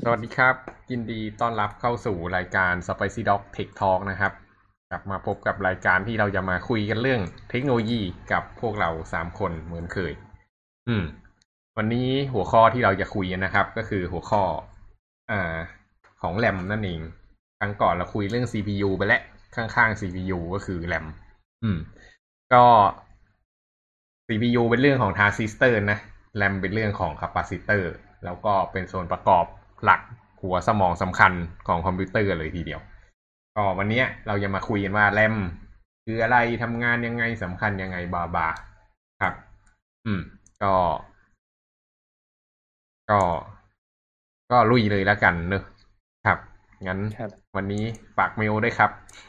วัสดีครับยินดีต้อนรับเข้าสู่รายการ Spicy Dog Tech Talk นะครับกลับมาพบกับรายการที่เราจะมาคุยกันเรื่องเทคโนโลยีกับพวกเรา3คนเหมือนเคยวันนี้หัวข้อที่เราจะคุยกันนะครับก็คือหัวข้อของแรมนั่นเองครั้งก่อนเราคุยเรื่อง CPU ไปแล้วข้างๆ CPU ก็คือแรมก็ CPU เป็นเรื่องของทรานซิสเตอร์นะแรมเป็นเรื่องของคาปาซิเตอร์แล้วก็เป็นส่วนประกอบหลักหัวสมองสำคัญของคอมพิวเตอร์เลยทีเดียวก็วันนี้เราจะมาคุยกันว่าแรมคืออะไรทำงานยังไงสำคัญยังไงบาครับก็ก็ลุยเลยแล้วกันเนอะครับงั้นวันนี้ฝากเมลด้วยครับ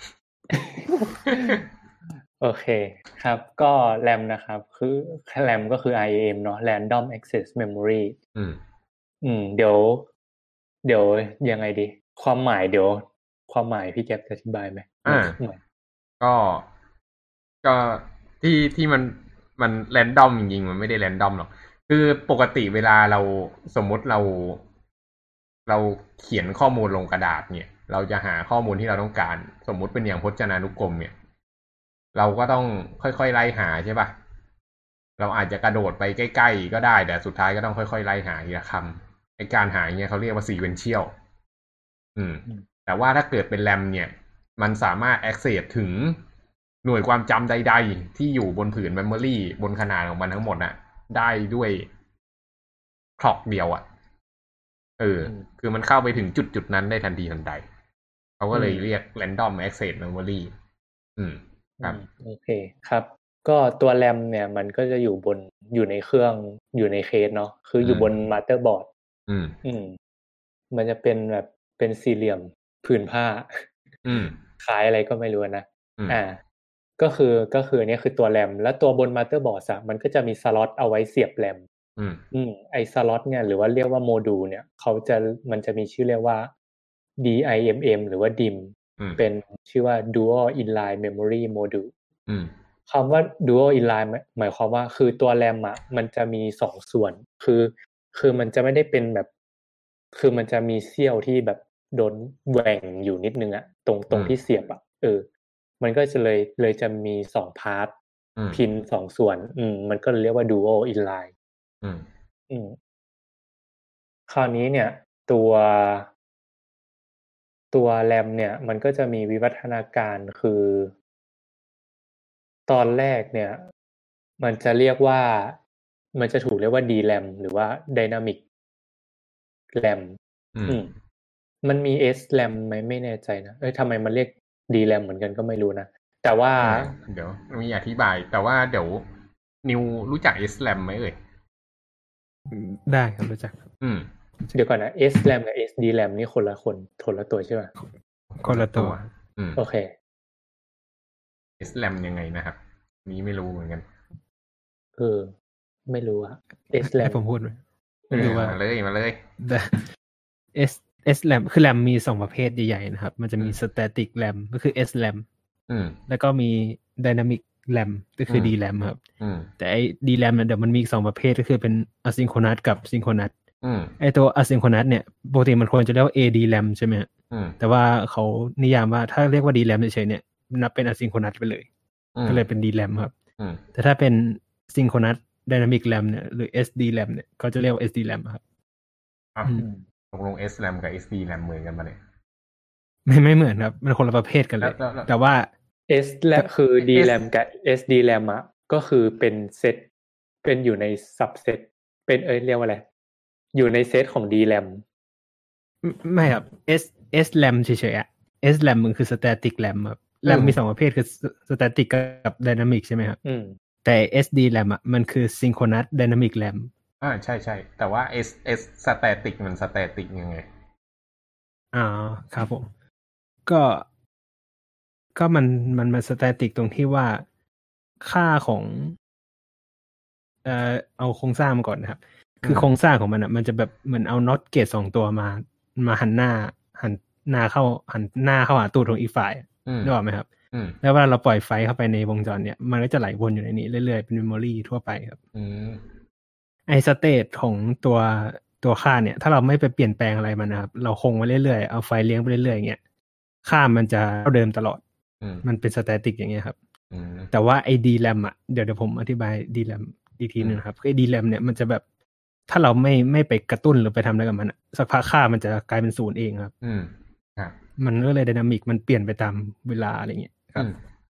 โอเคครับก็แรมนะครับคือแรมก็คือ RAM เนาะ Random Access Memory เดี๋ยวยังไงดีความหมายความหมายพี่แก๊ปจะอธิบายไหมก็ที่มันแรนดอมจริงๆมันไม่ได้แรนดอมหรอกคือปกติเวลาเราสมมติเราเขียนข้อมูลลงกระดาษเนี่ยเราจะหาข้อมูลที่เราต้องการสมมุติเป็นอย่างพจนานุกรมเนี่ยเราก็ต้องค่อยๆไล่หาใช่ป่ะเราอาจจะกระโดดไปใกล้ๆก็ได้แต่สุดท้ายก็ต้องค่อยๆไล่หาทีละคำไอ้การหาเนี่ยเขาเรียกว่า sequential แต่ว่าถ้าเกิดเป็นแรมเนี่ยมันสามารถ access ถึงหน่วยความจำใดๆที่อยู่บนผืน memory บนขนาดของมันทั้งหมดน่ะได้ด้วยคล็อกเดียวอ่ะคือมันเข้าไปถึงจุดนั้นได้ทันทีทันใดเขาก็เลยเรียก random access memory ครับโอเคครับก็ตัวแรมเนี่ยมันก็จะอยู่ในเครื่องอยู่ในเคสเนาะคืออยู่บนมาสเตอร์บอร์ดมันจะเป็นแบบเป็นสี่เหลี่ยมผืนผ้าคล้ายอะไรก็ไม่รู้นะก็คืออันนี้คือตัวแรมแล้วตัวบนมาสเตอร์บอร์ดมันก็จะมีสล็อตเอาไว้เสียบแรมไอ้สล็อตเนี่ยหรือว่าเรียกว่าโมดูลเนี่ยมันจะมีชื่อเรียกว่า DIMM หรือว่า DIMM เป็นชื่อว่า Dual Inline Memory Module คำว่า Dual Inline หมายความว่าคือตัวแรมอ่ะมันจะมี2ส่วนคือมันจะไม่ได้เป็นแบบคือมันจะมีเสี้ยวที่แบบโดนแหว่งอยู่นิดนึงอ่ะตรงที่เสียบอ่ะมันก็จะเลยจะมี2พาร์ทพิน2ส่วนมันก็เรียกว่า Dual Inline คราวนี้เนี่ยตัวแรมเนี่ยมันก็จะมีวิวัฒนาการคือตอนแรกเนี่ยมันจะเรียกว่ามันจะถูกเรียกว่า DRAM หรือว่า Dynamic RAM มันมี SRAM ไหมไม่แน่ใจนะทำไมมันเรียก DRAM เหมือนกันก็ไม่รู้นะแต่ว่าเดี๋ยวมีอธิบายแต่ว่าเดี๋ยวนิวรู้จัก SRAM ไหมเอ่ยได้ครับรู้จักเดี๋ยวก่อนนะ SRAM กับ SDRAM นี่คนละตัวใช่ไหมคนละตัวโอเค SRAM ยังไงนะครับนี้ไม่รู้เหมือนกันไม่รู้อะ SRAM ให้ผมพูดไหมมาเลย SRAM คือ RAM มี2ประเภทใหญ่ๆนะครับมันจะมี static RAM ก็คือ SRAM แล้วก็มี dynamic RAM ก็คือ DRAM ครับแต่ไอ้ DRAM เนี่ยเดี๋ยวมันมีอีก2ประเภทก็คือเป็น asynchronous กับ synchronous ไอ้ตัว asynchronous เนี่ยปกติมันควรจะเรียกว่า ADRAM ใช่ไหมแต่ว่าเขานิยามว่าถ้าเรียกว่า DRAM เฉยๆเนี่ยนับเป็น asynchronous ไปเลยก็เลยเป็น DRAM ครับแต่ถ้าเป็น synchronous dynamic RAM เนี่ยหรือ SDRAM เนี่ยก็จะเรียกว่า SDRAM ครับตกลง SRAM กับ SDRAM เหมือนกันป่ะเนี่ยไม่เหมือนครับมันคนละประเภทกันเลยแต่ว่า SRAM คือ DRAM กับ SDRAM อ่ะก็คือเป็นเซตเป็นอยู่ในซับเซตเป็นเรียกว่าอะไรอยู่ในเซตของ DRAM ไม่ครับ SRAM เฉยๆอ่ะ SRAM มันคือ static RAM ครับ RAM มี2ประเภทคือ static กับ dynamic ใช่ไหมครับแต่ SDRAM อ่ะมันคือ synchronous dynamic RAM ใช่แต่ว่า static มัน static ยังไงครับผมก็มัน static ตรงที่ว่าค่าของเอาโครงสร้างมาก่อนนะครับคือโครงสร้างของมันอ่ะมันจะแบบเหมือนเอาน็อตเกต2ตัวมาหันหน้าเข้าหาตู้ของอีกฝ่ายนึกออกไหมครับแล้วเวลาเราปล่อยไฟเข้าไปในวงจรเนี่ยมันก็จะไหลวนอยู่ในนี้เรื่อยๆเป็นเมมโมรี่ทั่วไปครับไอสเตทของตัวตัวค่าเนี่ยถ้าเราไม่ไปเปลี่ยนแปลงอะไรมันนะครับเราคงไว้เรื่อยๆเอาไฟเลี้ยงไปเรื่อยๆอย่างเงี้ยค่ามันจะเท่าเดิมตลอดมันเป็นสแตติกอย่างเงี้ยครับแต่ว่าไอ้ DRAM อ่ะเดี๋ยวผมอธิบาย DRAM อีกทีนึงครับไอ้ DRAM เนี่ยมันจะแบบถ้าเราไม่ไปกระตุ้นหรือไปทำอะไรกับมันสักพักค่ามันจะกลายเป็น0เองครับมันก็เลยไดนามิกมันเปลี่ยนไปตามเวลาอะไรเงี้ยครับ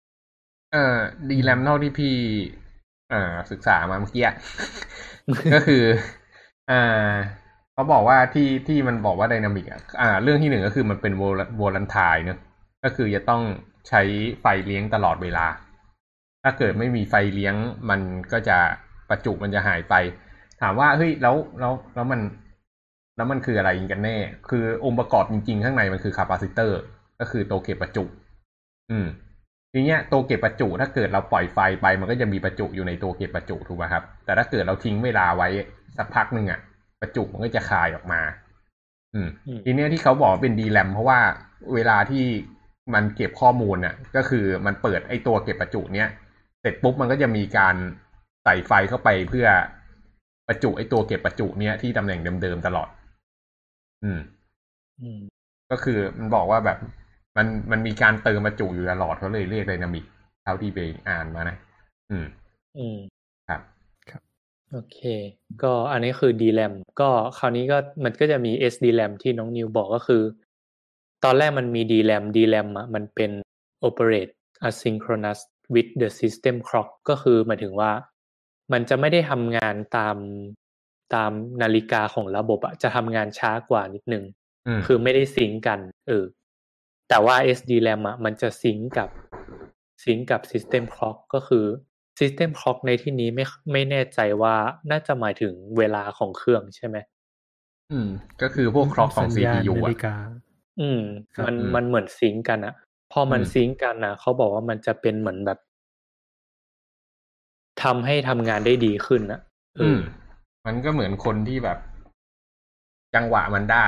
DRAM เท่าที่พี่ศึกษามาเมื่อกี้ก็คือเขาบอกว่าที่มันบอกว่าไดนามิกเรื่องที่หนึ่งก็คือมันเป็นโวลันไทน์เนอะก็คือจะต้องใช้ไฟเลี้ยงตลอดเวลาถ้าเกิดไม่มีไฟเลี้ยงมันก็จะประจุมันจะหายไปถามว่าเฮ้ยแล้วมันคืออะไรกันแน่คือองค์ประกอบจริงๆข้างในมันคือคาปาซิเตอร์ก็คือตัวเก็บประจุทีเนี้ยตัวเก็บประจุถ้าเกิดเราปล่อยไฟไปมันก็จะมีประจุอยู่ในตัวเก็บประจุถูกไหมครับแต่ถ้าเกิดเราทิ้งเวลาไว้สักพักนึงประจุมันก็จะคายออกมาทีเนี้ยที่เขาบอกเป็น DRAM เพราะว่าเวลาที่มันเก็บข้อมูลก็คือมันเปิดไอ้ตัวเก็บประจุเนี้ยเสร็จปุ๊บมันก็จะมีการใส่ไฟเข้าไปเพื่อประจุไอ้ตัวเก็บประจุเนี้ยที่ตำแหน่งเดิมๆตลอดก็คือมันบอกว่าแบบมันมีการเติมประจุอยู่ตลอดเขาเลยเรียกไดนามิกเท่าที่ไปอ่านมานะครับโอเคก็อันนี้คือ DRAM ก็คราวนี้ก็มันก็จะมี SDRAM ที่น้องนิวบอกก็คือตอนแรกมันมี DRAM มันเป็น operate asynchronous with the system clock ก็คือหมายถึงว่ามันจะไม่ได้ทำงานตามนาฬิกาของระบบจะทำงานช้ากว่านิดนึงคือไม่ได้ซิงก์กันแต่ว่า SDRAM มันจะซิงก์กับ system clock ก็คือ system clock ในที่นี้ไม่แน่ใจว่าน่าจะหมายถึงเวลาของเครื่องใช่ไหมก็คือพวก clock ของ CPU มันเหมือนซิงก์กันพอมันซิงก์กันเขาบอกว่ามันจะเป็นเหมือนแบบทำให้ทำงานได้ดีขึ้นมันก็เหมือนคนที่แบบจังหวะมันได้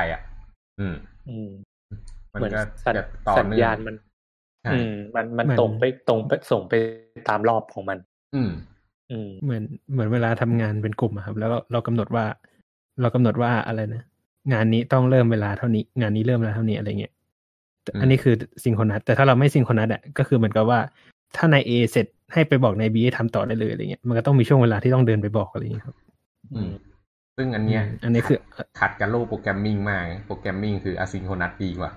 เหมือนสัญญาณมันตรงไปส่งไปตามรอบของมันเหมือนเวลาทำงานเป็นกลุ่มครับแล้วเรากำหนดว่าอะไรนะงานนี้ต้องเริ่มเวลาเท่านี้งานนี้เริ่มเวลาเท่านี้อะไรเงี้ยอันนี้คือซิงโครนัสแต่ถ้าเราไม่ซิงโครนัสก็คือเหมือนกับว่าถ้านาย A เสร็จให้ไปบอกนาย B ให้ทำต่อได้เลยอะไรเงี้ยมันก็ต้องมีช่วงเวลาที่ต้องเดินไปบอกอะไรอย่างเงี้ยครับซึ่งอันเนี้ยอันนี้คือขัดกับโลกโปรแกรมมิ่งมากโปรแกรมมิ่งคืออะซิงโครนัสดีกว่า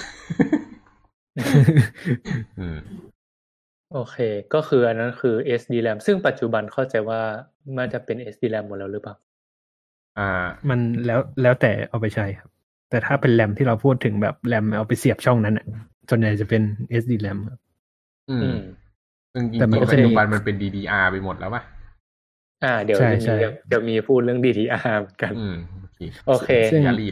โอเคก็คืออันนั้นคือ SDRAM ซึ่งปัจจุบันเข้าใจว่ามันจะเป็น SDRAM หมดแล้วหรือเปล่ามันแล้วแต่เอาไปใช้ครับแต่ถ้าเป็นแรมที่เราพูดถึงแบบแรมเอาไปเสียบช่องนั้นส่วนใหญ่จะเป็น SDRAM ครับซึ่งจริงๆปัจจุบันมันเป็น DDR ไปหมดแล้วป่ะเดี๋ยวมีพูดเรื่อง DDR กันโอเคอย่ารีบ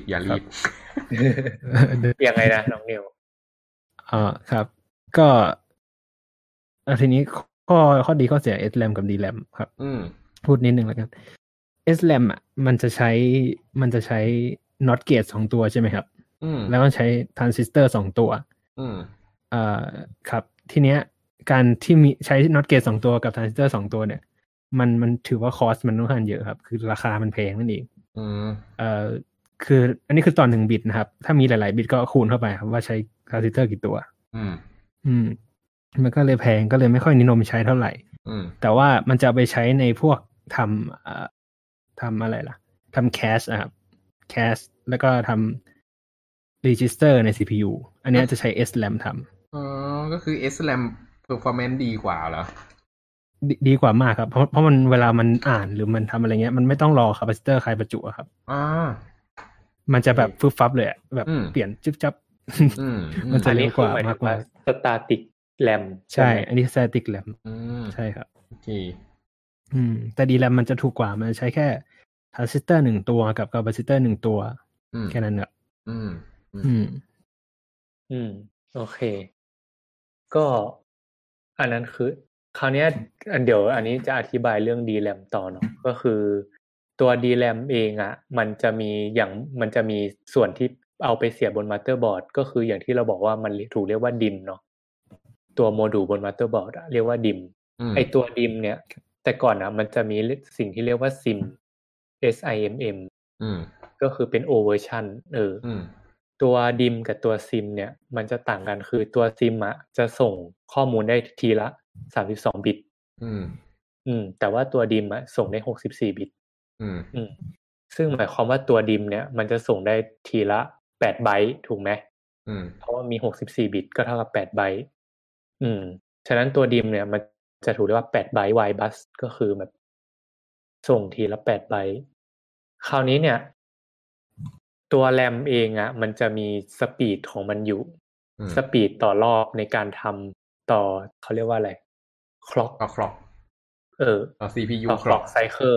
ยังไงนะน้องนิวครับก็ทีนี้ข้อดีข้อเสีย SRAM กับ DRAM ครับพูดนิดนึงแล้วกัน SRAM มันจะใช้ NOT gate 2 ตัวใช่ไหมครับแล้วก็ใช้ทรานซิสเตอร์2 ตัวครับทีเนี้ยการที่มีใช้ NOT gate 2 ตัวกับทรานซิสเตอร์2 ตัวเนี่ยมันถือว่าคอสมันค่อนข้างเยอะครับคือราคามันแพงนั่นเองคืออันนี้คือตอน1 บิตนะครับถ้ามีหลายๆบิตก็คูณเข้าไปครับว่าใช้ทรานซิสเตอร์กี่ตัวมันก็เลยแพงก็เลยไม่ค่อยนิยมใช้เท่าไหร่แต่ว่ามันจะไปใช้ในพวกทำอะไรล่ะทำแคชครับแคชแล้วก็ทำ register ใน CPU อันนี้จะใช้ SRAM ทำก็คือ SRAM performance ดีกว่าเหรอดีกว่ามากครับเพราะมันเวลามันอ่านหรือมันทำอะไรเงี้ยมันไม่ต้องรอคาปาซิเตอร์คลายประจุครับมันจะแบบฟึบฟับเลยแบบเปลี่ยนจิ๊บจับมันจะเร็วกว่ามากกว่า static RAM ใช่อันนี้ static RAM ใช่ครับโอเคแต่ DRAM มันจะถูกกว่ามันใช้แค่ทรานซิสเตอร์1 ตัวกับคาปาซิเตอร์1 ตัวแค่นั้นครับโอเคก็อันนั้นคือคราวนี้เดี๋ยวอันนี้จะอธิบายเรื่อง DRAM ต่อเนาะก็คือตัว DRAM เองมันจะมีส่วนที่เอาไปเสียบบนมัตเตอร์บอร์ดก็คืออย่างที่เราบอกว่ามันถูกเรียกว่า DIMM เนาะตัวโมดูลบนมัตเตอร์บอร์ดเรียกว่า DIMM ไอตัว DIMM เนี่ยแต่ก่อนมันจะมีสิ่งที่เรียกว่า SIMM ก็คือเป็น O version ตัวดิมกับตัวซิมเนี่ยมันจะต่างกันคือตัวซิมจะส่งข้อมูลได้ทีละ32บิตแต่ว่าตัวดิมส่งได้64บิตซึ่งหมายความว่าตัวดิมเนี่ยมันจะส่งได้ทีละ8ไบต์ถูกไหมเพราะว่ามี64บิตก็เท่ากับ8ไบต์ฉะนั้นตัวดิมเนี่ยมันจะถูกเรียกว่า8ไบต์ wide bus ก็คือแบบส่งทีละ8ไบต์คราวนี้เนี่ยตัวแรมเองมันจะมีสปีดของมันอยู่สปีดต่อรอบในการทำต่อเขาเรียกว่าอะไรคล็อกต่อ CPU ต่อ clock cycle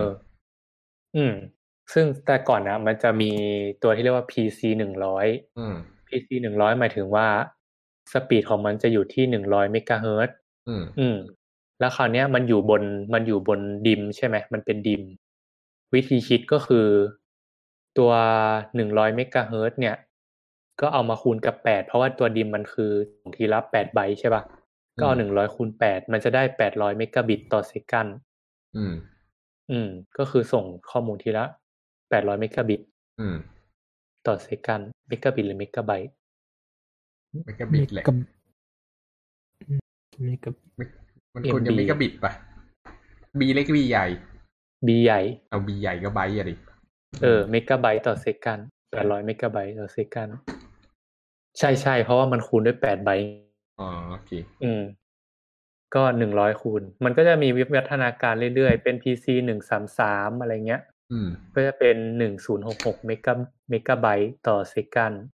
ซึ่งแต่ก่อนมันจะมีตัวที่เรียกว่า PC 100 PC 100หมายถึงว่าสปีดของมันจะอยู่ที่100เมกะเฮิรตซ์แล้วคราวนี้มันอยู่บนดิมใช่ไหมมันเป็นดิมวิธีคิดก็คือตัว100เมกะเฮิรตซ์เนี่ยก็เอามาคูณกับ8เพราะว่าตัวดิมมันคือทีละ8ไบต์ใช่ป่ะก็เอา100คูณ8มันจะได้800เมกะบิตต่อเซกันด์ก็คือส่งข้อมูลทีละ800เมกะบิตต่อเซกันด์เมกะบิตหรือเมกะไบต์เมกะบิตแหละมันควรจะเมกะบิตป่ะ B เล็ก B ใหญ่ B ใหญ่เอา B ใหญ่ก็ไบต์ดิเมกะไบต์ต่อเซกันด์800เมกะไบต์ต่อเซกันด์ใช่ๆเพราะว่ามันคูณด้วย8ไบต์โอเคก็100คูณมันก็จะมีวิวัฒนาการเรื่อยๆเป็น PC 133อะไรเงี้ยก็จะเป็น1066เมกะไบต์ต่อเซกันด์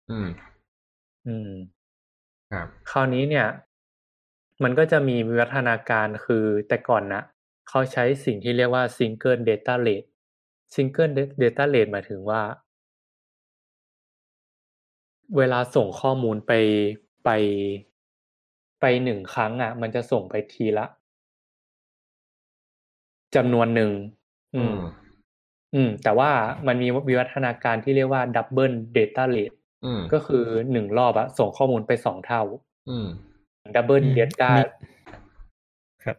ครับคราวนี้เนี่ยมันก็จะมีวิวัฒนาการคือแต่ก่อนเขาใช้สิ่งที่เรียกว่า Single Data Rate Single Data Rate หมายถึงว่าเวลาส่งข้อมูลไป1ครั้งมันจะส่งไปทีละจำนวนหนึ่งแต่ว่ามันมีวิวัฒนาการที่เรียกว่า Double Data Rate ก็คือ1รอบส่งข้อมูลไป2เท่าDouble Data ครับ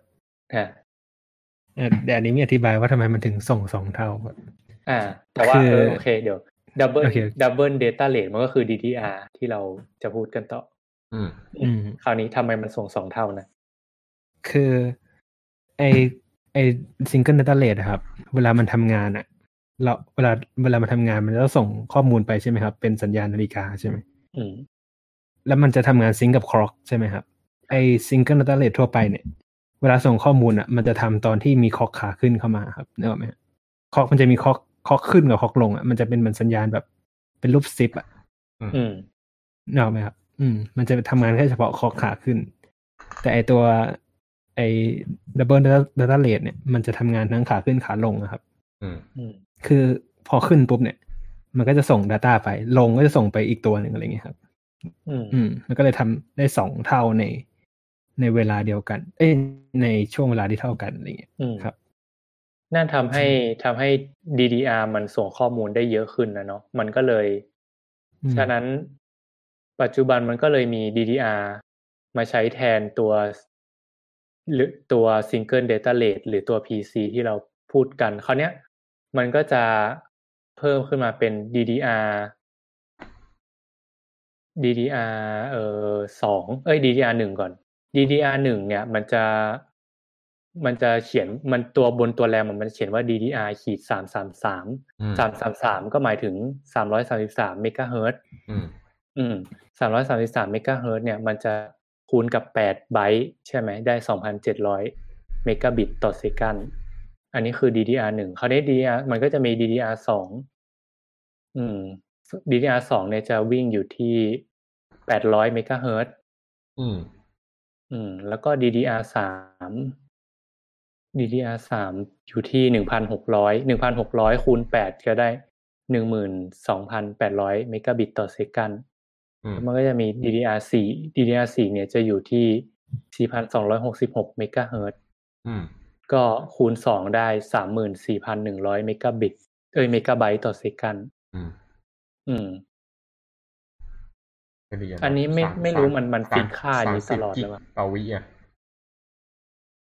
แต่อันนี้มีอธิบายว่าทำไมมันถึงส่ง2เท่าแต่ว่าโอเคเดี๋ยว Double Data Rate มันก็คือ DDR ที่เราจะพูดกันต่อคราวนี้ทำไมมันส่ง2เท่านะคือไอ Single Data Rate ครับเวลามันทำงานเวลามันทำงานมันจะส่งข้อมูลไปใช่ไหมครับเป็นสัญญาณนาฬิกาใช่ไหมแล้วมันจะทำงานซิงก์กับคล็อกใช่ไหมครับไอ Single Data Rate ทั่วไปเนี่ยเวลาส่งข้อมูลมันจะทำตอนที่มีคล็อกขาขึ้นเข้ามาครับนึกออกไหมคล็อกมันจะมีคล็อกขึ้นกับคล็อกลงมันจะเป็นเหมือนสัญญาณแบบเป็นรูปซิปนึกออกไหมครับมันจะทำงานแค่เฉพาะคล็อกขาขึ้นแต่ไอตัวDouble Data Rate เนี่ยมันจะทำงานทั้งขาขึ้นขาลงนะครับคือพอขึ้นปุ๊บเนี่ยมันก็จะส่ง data ไปลงก็จะส่งไปอีกตัวหนึ่งอะไรอย่างเงี้ยครับมันก็เลยทำได้2เท่าในเวลาเดียวกันในช่วงเวลาที่เท่ากันอะไรอย่างเงี้ยครับนั่นทำให้ DDR มันส่งข้อมูลได้เยอะขึ้นนะเนาะมันก็เลยฉะนั้นปัจจุบันมันก็เลยมี DDR มาใช้แทนตัว Single Data Rate หรือตัว PC ที่เราพูดกันคราวเนี้ยมันก็จะเพิ่มขึ้นมาเป็น DDR 2 DDR 1ก่อน DDR 1เนี่ยมันจะเขียนมันตัวบนตัวแรมมันเขียนว่า DDR-333 ก็หมายถึง333เมกะเฮิรตซ์333เมกะเฮิรตซ์เนี่ยมันจะคูณกับ8ไบต์ใช่ไหมได้ 2,700 เมกะบิตต่อเซกันด์อันนี้คือ DDR 1คราวนี้ DDR มันก็จะมี DDR 2 DDR 2เนี่ยจะวิ่งอยู่ที่800เมกะเฮิรตซ์แล้วก็ DDR 3 อยู่ที่ 1,600 คูณ8ก็ได้ 12,800 เมกะบิตต่อเซกันด์มันก็จะมี DDR 4 เนี่ยจะอยู่ที่ 4,266 เมกะเฮิรตซ์ก็คูณ2ได้ 34,100 เมกะบิตเมกะไบต์ต่อเซกันด์อันนี้ไม่รู้มันฟิกค่านี้ตลอดแล้วต่อวิ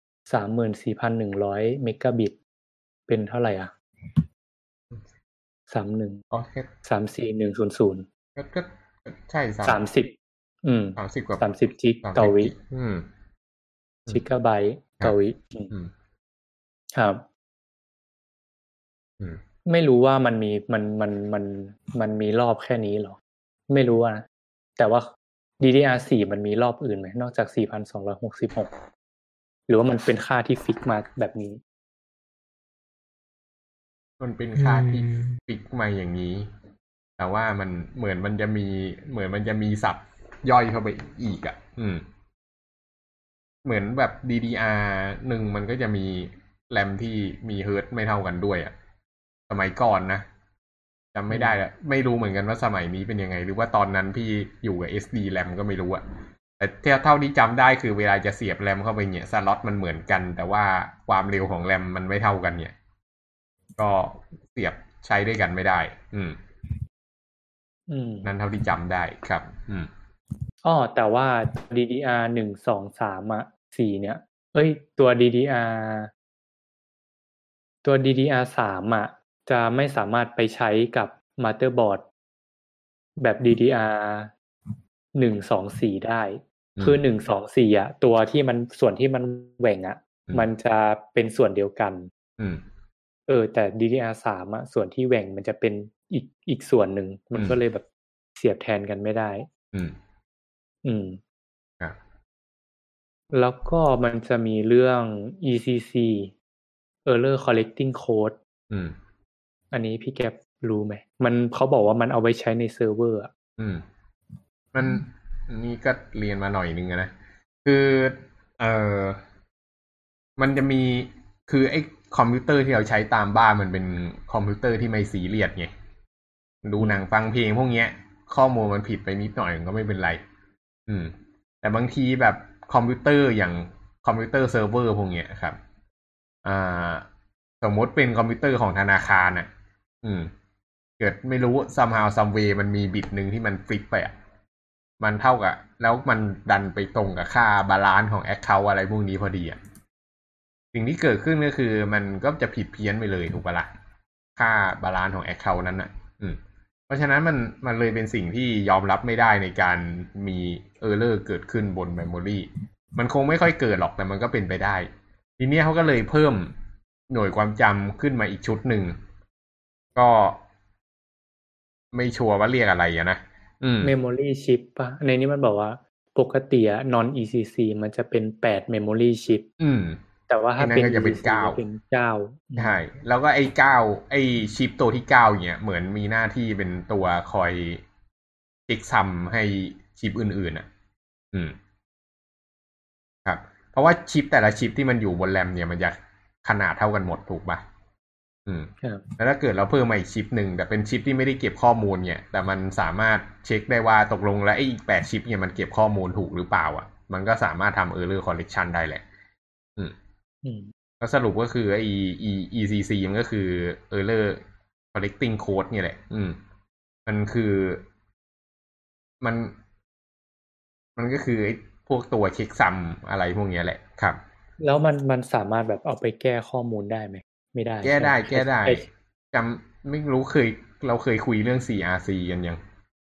34,100 เมกะบิตเป็นเท่าไหร่ 31 อ๋อแค่ 34100 ก็ใช่ 30 30กว่า 30จิกต่อวิจิกะไบต์ต่อวิครับไม่รู้ว่ามันมีรอบแค่นี้หรอไม่รู้นะแต่ว่า DDR4 มันมีรอบอื่นไหมนอกจาก 4266 หรือว่ามันเป็นค่าที่ฟิกมาแบบนี้มันเป็นค่าที่ฟิกมาอย่างนี้แต่ว่ามันเหมือนมันจะมีศัพท์ย่อยเข้าไปอีกอ่ะเหมือนแบบ DDR1 มันก็จะมีแรมที่มีเฮิร์ตไม่เท่ากันด้วยอ่ะสมัยก่อนนะจำไม่ได้ละไม่รู้เหมือนกันว่าสมัยนี้เป็นยังไงหรือว่าตอนนั้นพี่อยู่กับ SD แรมก็ไม่รู้อ่ะแต่เท่าที่จำได้คือเวลาจะเสียบแรมเข้าไปเนี่ยสล็อตมันเหมือนกันแต่ว่าความเร็วของแรมมันไม่เท่ากันเนี่ยก็เสียบใช้ด้วยกันไม่ได้นั่นเท่าที่จำได้ครับแต่ว่า DDR 1 2 3 4เนี่ยตัว DDR3 จะไม่สามารถไปใช้กับมาเตอร์บอร์ดแบบ DDR 1 2 4ได้คือ1 2 4ตัวที่มันส่วนที่มันแหว่งมันจะเป็นส่วนเดียวกันแต่ DDR3 ส่วนที่แหว่งมันจะเป็นอีกส่วนหนึ่งมันก็เลยแบบเสียบแทนกันไม่ได้แล้วก็มันจะมีเรื่อง ECC Error Correcting Code อันนี้พี่แก๊ปรู้ไหมเขาบอกว่ามันเอาไว้ใช้ในเซิร์ฟเวอร์มันนี่ก็เรียนมาหน่อยนึงนะคือมันจะมีคือไอ้คอมพิวเตอร์ที่เราใช้ตามบ้านมันเป็นคอมพิวเตอร์ที่ไม่ซีเรียสไงดูหนังฟังเพลงพวกเนี้ยข้อมูลมันผิดไปนิดหน่อยก็ไม่เป็นไรแต่บางทีแบบคอมพิวเตอร์อย่างคอมพิวเตอร์เซิร์ฟเวอร์พวกเนี้ยครับสมมติเป็นคอมพิวเตอร์ของธนาคารเกิดไม่รู้ somehow some way มันมีบิตนึงที่มันฟลิปไปมันเท่ากับแล้วมันดันไปตรงกับค่าบาลานซ์ของ account อะไรพวกนี้พอดีสิ่งที่เกิดขึ้นก็คือมันก็จะผิดเพี้ยนไปเลยถูกปะล่ะค่าบาลานซ์ของ account นั้นเพราะฉะนั้นมันเลยเป็นสิ่งที่ยอมรับไม่ได้ในการมี error เกิดขึ้นบน memory มันคงไม่ค่อยเกิดหรอกแต่มันก็เป็นไปได้ทีนี้เขาก็เลยเพิ่มหน่วยความจำขึ้นมาอีกชุดหนึ่งก็ไม่ชัวร์ว่าเรียกอะไรนะ memory chip ป่ะในนี้มันบอกว่าปกติnon ECC มันจะเป็น8 memory chip แต่ว่าถ้าเป็นจะเป็น 9 ใช่แล้วก็ไอ้9ไอ้ชิปตัวที่9เนี่ยเหมือนมีหน้าที่เป็นตัวคอยเช็คซัมให้ชิปอื่นๆครับเพราะว่าชิปแต่ละชิปที่มันอยู่บนแรมเนี่ยมันจะขนาดเท่ากันหมดถูกป่ะแล้วถ้าเกิดเราเพิ่มมาอีกชิปหนึ่งแต่เป็นชิปที่ไม่ได้เก็บข้อมูลเนี่ยแต่มันสามารถเช็คได้ว่าตกลงแล้วไอ้อีก8ชิปเนี่ยมันเก็บข้อมูลถูกหรือเปล่ามันก็สามารถทำ error correction ได้แหละแล้วสรุปก็คือไอ้ ECC มันก็คือ error correcting code เนี่ยแหละมันคือมันก็คือไอ้พวกตัวเช็คซัมอะไรพวกนี้แหละครับแล้วมันสามารถแบบเอาไปแก้ข้อมูลได้ไหมไม่ได้แก้ได้จำไม่รู้เราเคยคุยเรื่อง CRC กันยัง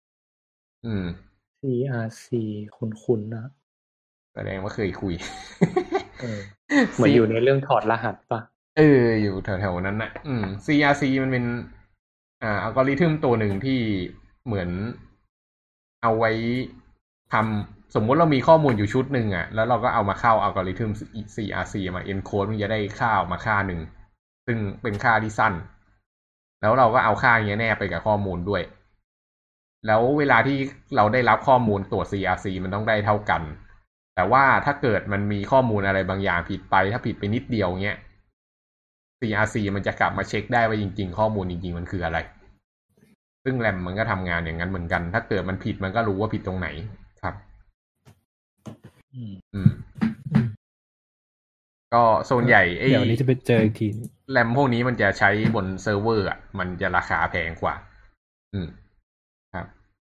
CRC คุ้นๆนะแสดงว่าเคยคุยเหมือนอยู่ในเรื่องถอดรหัสป่ะอยู่แถวๆนั้นนะCRC มันเป็นอัลกอริทึมตัวหนึ่งที่เหมือนเอาไว้ทำสมมติเรามีข้อมูลอยู่ชุดหนึ่งแล้วเราก็เอามาเข้าอัลกอริทึม CRC มา encode มันจะได้ค่าออกมาค่าหนึ่งซึ่งเป็นค่าที่สั้นแล้วเราก็เอาค่าอย่างนี้แนบไปกับข้อมูลด้วยแล้วเวลาที่เราได้รับข้อมูลตรวจ CRC มันต้องได้เท่ากันแต่ว่าถ้าเกิดมันมีข้อมูลอะไรบางอย่างผิดไปถ้าผิดไปนิดเดียวเงี้ย CRC มันจะกลับมาเช็คได้ว่าจริงๆข้อมูลจริงๆมันคืออะไรซึ่งแรมมันก็ทำงานอย่างนั้นเหมือนกันถ้าเกิดมันผิดมันก็รู้ว่าผิดตรงไหนครับก็โซนใหญ่เดี๋ยวนี้จะไปเจออีกทีแรมพวกนี้มันจะใช้บนเซิร์ฟเวอร์มันจะราคาแพงกว่าครับ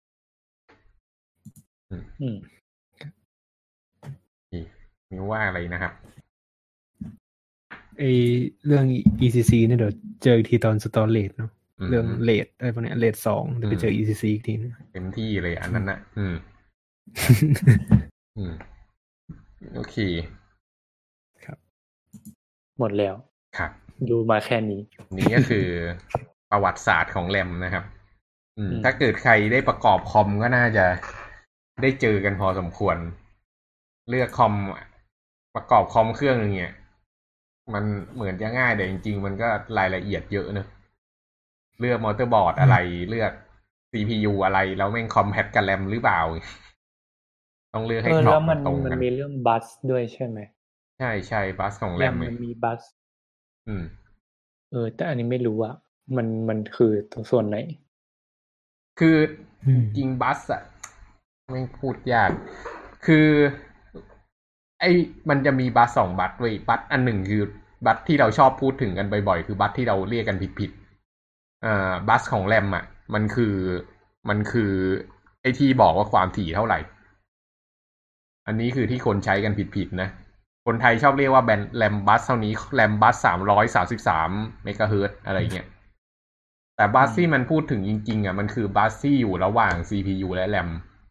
มีว่าอะไรนะครับเรื่อง ECC เนี่ยเดี๋ยวเจออีกทีตอน storage เนาะเรื่องเรทอะไรพวกนี้เรท2ไปเจอ ECC อีกทีนึงเต็มที่เลยอันนั้นน่ะโอเคครับหมดแล้วครับดูมาแค่นี้นี่ก็คือประวัติศาสตร์ของแรมนะครับถ้าเกิดใครได้ประกอบคอมก็น่าจะได้เจอกันพอสมควรเลือกคอมประกอบคอมเครื่องนึงเนี่ยมันเหมือนจะง่ายแต่จริงๆมันก็รายละเอียดเยอะเนอะเลือกมอเตอร์บอร์ดอะไรเลือก CPU อะไรแล้วแม่งคอมแพตกับแรมหรือเปล่าต้องเลือกให้ครบตรงกันมันมีเรื่องบัสด้วยใช่ไหมใช่บัสของแรมมันมีบัสแต่อันนี้ไม่รู้ว่ามันคือตรงส่วนไหนคือจริงบัสอะไม่พูดยากคือมันจะมีบัส2บัสเว้ยบัสอันหนึ่งคือบัสที่เราชอบพูดถึงกันบ่อยๆคือบัสที่เราเรียกกันผิดบัสของแรมอ่ะมันคือไอ้ที่บอกว่าความถี่เท่าไหร่อันนี้คือที่คนใช้กันผิดนะคนไทยชอบเรียกว่าแรมบัสเท่านี้แรมบัส333เมกะเฮิรตซ์อะไรเงี้ยแต่บัสที่มันพูดถึงจริงๆอ่ะมันคือบัสที่อยู่ระหว่าง CPU และแรม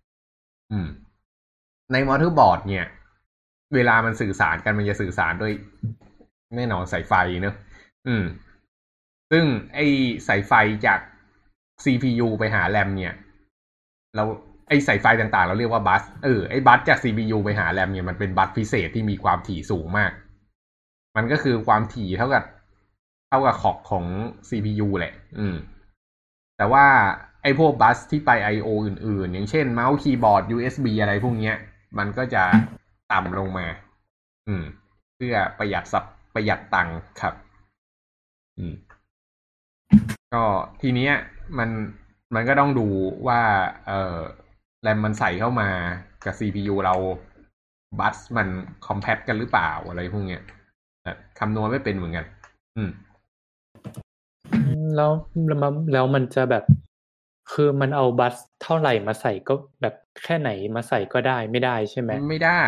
ในมอเตอร์บอร์ดเนี่ยเวลามันสื่อสารกันมันจะสื่อสารด้วยแน่นอนสายไฟเนอะซึ่งไอ้สายไฟจาก CPU ไปหาแรมเนี่ยเราไอ้สายไฟต่างๆเราเรียกว่าบัสไอ้บัสจาก CPU ไปหาแรมเนี่ยมันเป็นบัสพิเศษที่มีความถี่สูงมากมันก็คือความถี่เท่ากับคล็อกของ CPU แหละแต่ว่าไอ้พวกบัสที่ไป I/O อื่นๆอย่างเช่นเมาส์คีย์บอร์ด USB อะไรพวกเนี้ยมันก็จะต่ำลงมาเพื่อประหยัดตังค์ครับก็ทีเนี้ยมันก็ต้องดูว่าแรมมันใส่เข้ามากับ CPU เราบัสมันคอมแพตกันหรือเปล่าอะไรพวกเนี้ยคำนวณไม่เป็นเหมือนกันแล้วมันจะแบบคือมันเอาบัสเท่าไหร่มาใส่ก็แบบแค่ไหนมาใส่ก็ได้ไม่ได้ใช่ไหมไม่ได้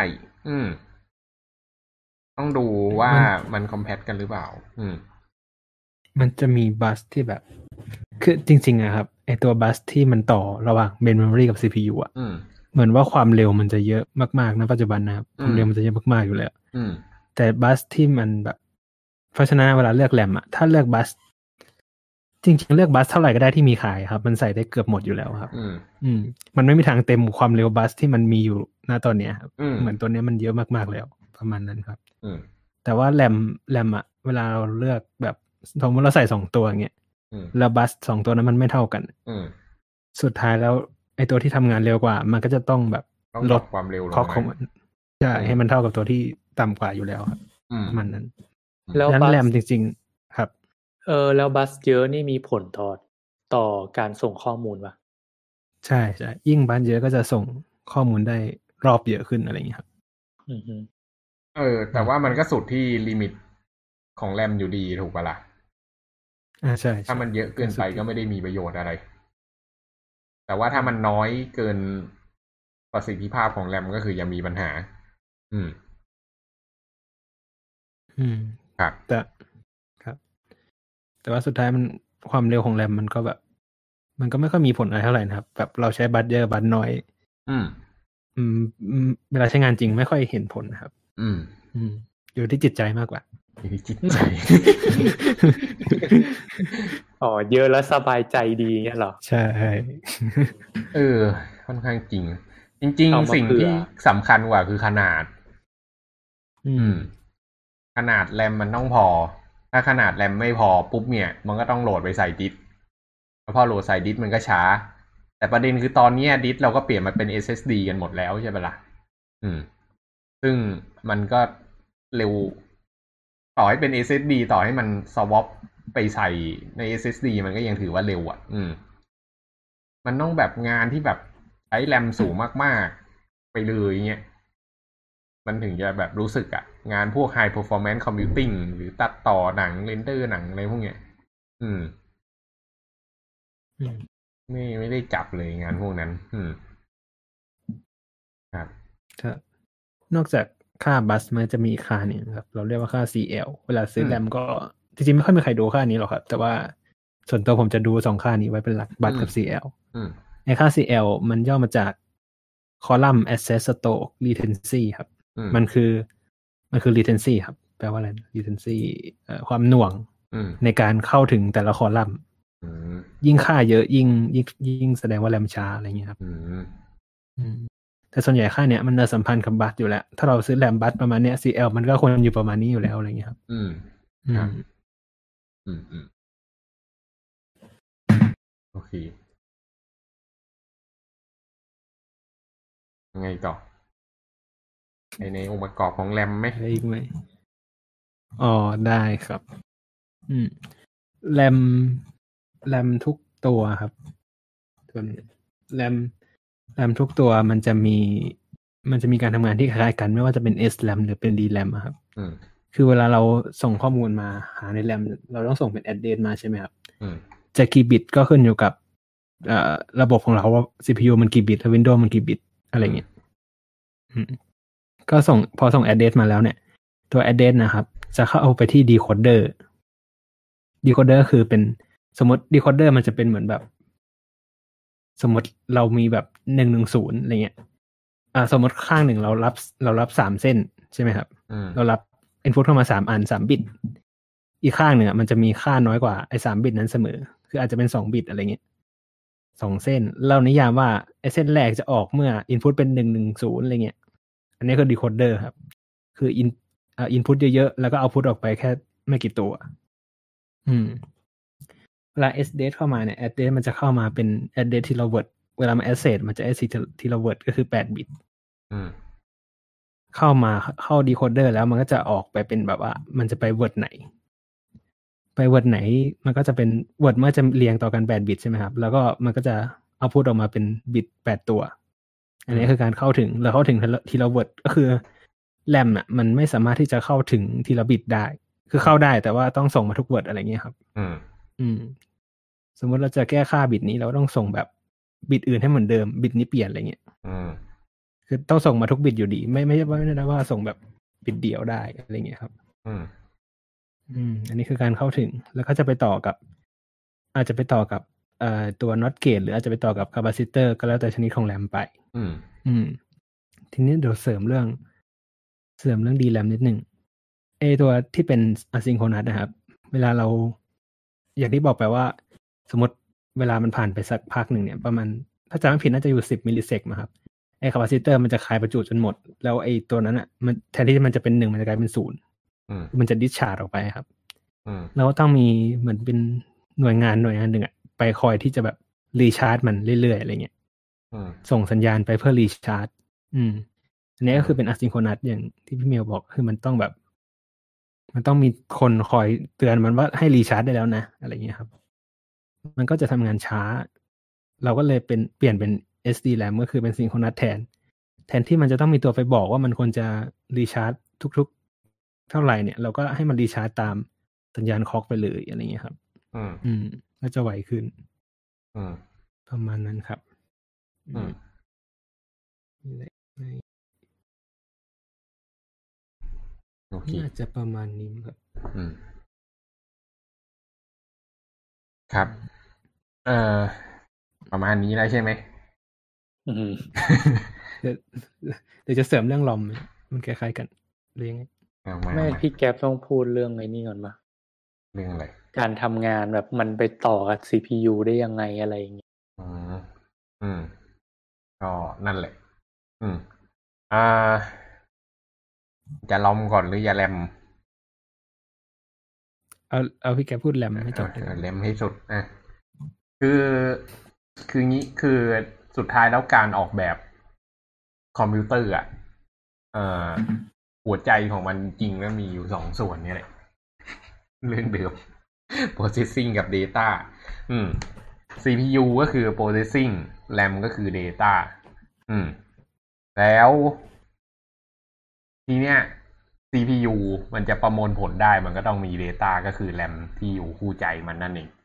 ต้องดูว่ามันคอมแพตกันหรือเปล่ามันจะมีบัสที่แบบคือจริงๆอะครับไอตัวบัสที่มันต่อระหว่างเมนเมมโมรีกับ CPU อะเหมือนว่าความเร็วมันจะเยอะมากๆนะปัจจุบันนะครับความเร็วมันจะเยอะมากๆอยู่แล้วแต่บัสที่มันแบบเพราะฉะนั้นเวลาเลือกแรมอะถ้าเลือกบัสจริงๆเลือกบัสเท่าไหร่ก็ได้ที่มีขายครับมันใส่ได้เกือบหมดอยู่แล้วครับมันไม่มีทางเต็มความเร็วบัสที่มันมีอยู่ณตอนนี้ครับเหมือนตัวนี้มันเยอะมากๆแล้วประมาณนั้นครับแต่ว่าแรมอะเวลาเราเลือกแบบสมมติเราใส่2ตัวอย่างเงี้ยแล้วบัส2ตัวนั้นมันไม่เท่ากันสุดท้ายแล้วไอ้ตัวที่ทำงานเร็วกว่ามันก็จะต้องแบบลดความเร็วลงของมันใช่ให้มันเท่ากับตัวที่ต่ำกว่าอยู่แล้วครับมันนั้นแล้วแรมจริงๆครับแล้วบัสเยอะนี่มีผลต่อการส่งข้อมูลป่ะใช่ใช่ยิ่งบัสเยอะก็จะส่งข้อมูลได้รอบเยอะขึ้นอะไรอย่างนี้ครับแต่ว่ามันก็สุดที่ลิมิตของแรมอยู่ดีถูกปะล่ะใช่ถ้ามันเยอะเกินไปก็ไม่ได้มีประโยชน์อะไรแต่ว่าถ้ามันน้อยเกินประสิทธิภาพของแรมก็คือยังมีปัญหาครับแต่ว่าสุดท้ายมันความเร็วของแรมมันก็แบบมันก็ไม่ค่อยมีผลอะไรเท่าไหร่นะครับแบบเราใช้บัสเยอะบัสน้อยเวลาใช้งานจริงไม่ค่อยเห็นผลนะครับอยู่ที่จิตใจมากกว่าจิตใจเยอะแล้วสบายใจดีเงี้ยหรอใช่ค่อนข้างจริงสิ่งที่สำคัญกว่าคือขนาดขนาดแรมมันต้องพอถ้าขนาดแรมไม่พอปุ๊บเนี่ยมันก็ต้องโหลดไปใส่ดิสก์พอโหลดใส่ดิสก์มันก็ช้าแต่ประเด็นคือตอนนี้ดิสก์เราก็เปลี่ยนมาเป็น SSD กันหมดแล้วใช่ปะล่ะซึ่งมันก็เร็วต่อให้เป็น SSD ต่อให้มันสวอปไปใส่ใน SSD มันก็ยังถือว่าเร็วมันต้องแบบงานที่แบบใช้แรมสูงมากๆไปเลยเงี้ยมันถึงจะแบบรู้สึกงานพวก high performance computing หรือตัดต่อหนังเรนเดอร์หนังอะไรพวกเนี้ยไม่ได้จับเลยงานพวกนั้นครับนอกจากค่าบัสมันจะมีค่าหนึ่งครับเราเรียกว่าค่า CL เวลาซื้อแรมก็จริงๆไม่ค่อยมีใครดูค่านี้หรอกครับแต่ว่าส่วนตัวผมจะดู2ค่านี้ไว้เป็นหลักบัตกับ CL ในค่า CL มันย่อมาจาก column access stroke latency ครับมันคือ latency ครับแปลว่าอะไร latency ความหน่วงในการเข้าถึงแต่ละคอลัมน์ยิ่งค่าเยอะยิ่งแสดงว่าแรมช้าอะไรเงี้ยครับแต่ส่วนใหญ่ค่าเนี้ยมันจะสัมพันธ์กับบัตอยู่แล้วถ้าเราซื้อแรมบัตประมาณเนี้ย CL มันก็ควรอยู่ประมาณนี้อยู่แล้วอะไรเงี้ยครับโอเคยังไงต่อในองค์ประกอบของแรมไหมได้อีกไหมอ๋อได้ครับแรมทุกตัวครับแรมทุกตัวมันจะมีการทำงานที่คล้ายกันไม่ว่าจะเป็น SRAM หรือเป็น DRAM ครับคือเวลาเราส่งข้อมูลมาหาในแรมเราต้องส่งเป็น address มาใช่ไหมครับจะกี่บิตก็ขึ้นอยู่กับระบบของเราว่า CPU มันกี่บิต Windows มันกี่บิตอะไรเงี้ยก็พอส่ง address มาแล้วเนี่ยตัว address นะครับจะเข้าไปที่ decoder คือเป็นสมมติ decoder มันจะเป็นเหมือนแบบสมมติเรามีแบบ110อะไรเงี้ยสมมติข้างหนึ่งเรารับ3เส้นใช่ไหมครับเรารับ input เข้ามา3อัน3บิตอีกข้างหนึ่งมันจะมีค่าน้อยกว่าไอ้3บิตนั้นเสมอคืออาจจะเป็น2บิตอะไรเงี้ย2เส้นเรานิยามว่าไอ้เส้นแรกจะออกเมื่อ input เป็น110อะไรเงี้ยอันนี้คือ decoder ครับคือinput เยอะๆแล้วก็ output ออกไปแค่ไม่กี่ตัวเวลา address เข้ามาเนี่ย address มันจะเข้ามาเป็น address ทีละ word เวลามัน access มันจะ access ทีละ word ก็คือ8บิตเข้า decoder แล้วมันก็จะออกไปเป็นแบบว่ามันจะไป word ไหนมันก็จะเป็น word มันจะเรียงต่อกัน8บิตใช่ไหมครับแล้วก็มันก็จะ output ออกมาเป็นบิต8ตัวอันนี้คือการเข้าถึงทีละ word ก็คือแรมมันไม่สามารถที่จะเข้าถึงทีละบิตได้คือเข้าได้แต่ว่าต้องส่งมาทุก word อะไรเงี้ยครับสมมติเราจะแก้ค่าบิตนี้เราต้องส่งแบบบิตอื่นให้เหมือนเดิมบิตนี้เปลี่ยนอะไรเงี้ยคือต้องส่งมาทุกบิตอยู่ดีไม่ได้ว่าส่งแบบบิตเดียวได้อะไรเงี้ยครับอันนี้คือการเข้าถึงแล้วก็จะไปต่อกับอาจจะไปต่อกับตัว NOT gate หรืออาจจะไปต่อกับ capacitor ก็แล้วแต่ชนิดของแรมไปทีนี้เดี๋ยวเสริมเรื่อง DRAM นิดนึงตัวที่เป็น asynchronous นะครับเวลาเราอย่างที่บอกไปว่าสมมติเวลามันผ่านไปสักพักหนึ่งเนี่ยประมาณถ้าจำไม่ผิดน่าจะอยู่10มิลลิเซกมาครับไอ้คาปาซิเตอร์มันจะคายประจุจนหมดแล้วไอ้ตัวนั้นอ่ะมันแทนที่มันจะเป็น1มันจะกลายเป็น0มันจะดิสชาร์จออกไปครับแล้วต้องมีเหมือนเป็นหน่วยงานหนึ่งอ่ะไปคอยที่จะแบบรีชาร์จมันเรื่อยๆอะไรเงี้ยส่งสัญญาณไปเพื่อรีชาร์จอันนี้ก็คือเป็นอะซิงโครนัสอย่างที่พี่เมลบอกคือมันต้องแบบมันต้องมีคนคอยเตือนมันว่าให้รีชาร์จได้แล้วนะอะไรเงี้ยครับมันก็จะทำงานช้าเราก็เลยเปลี่ยนเป็น SDRAM ก็คือเป็นซิงโครนัสแทนที่มันจะต้องมีตัวไปบอกว่ามันควรจะรีชาร์จทุกๆเท่าไหร่เนี่ยเราก็ให้มันรีชาร์จตามสัญญาณคล็อกไปเลยอะไรเงี้ยครับก็จะไวขึ้นประมาณนั้นครับน่าจะประมาณนี้ครับครับประมาณนี้แล้วใช่ไหมเดี๋ยวจะเสริมเรื่องลอมมันคล้ายๆกันหรือยังไงไม่พี่แก๊ปต้องพูดเรื่องไอ้นี่ก่อนมาเรื่องอะไรการทำงานแบบมันไปต่อกับ CPU ได้ยังไงอะไรอย่างเงี้ยก็นั่นแหละจะลอมก่อนหรือจะแรมเอาพี่แกพูดแรมให้จบแรมให้สุดคืองี้คือสุดท้ายแล้วการออกแบบคอมพิวเตอร์หัวใจของมันจริงแล้วมีอยู่2ส่วนนี่แหละเรื่องเดิม processing กับ data CPU ก็คือ processing RAM ก็คือ data แล้วทีเนี้ย CPU มันจะประมวลผลได้มันก็ต้องมี data ก็คือ RAM ที่อยู่คู่ใจมันนั่นเอง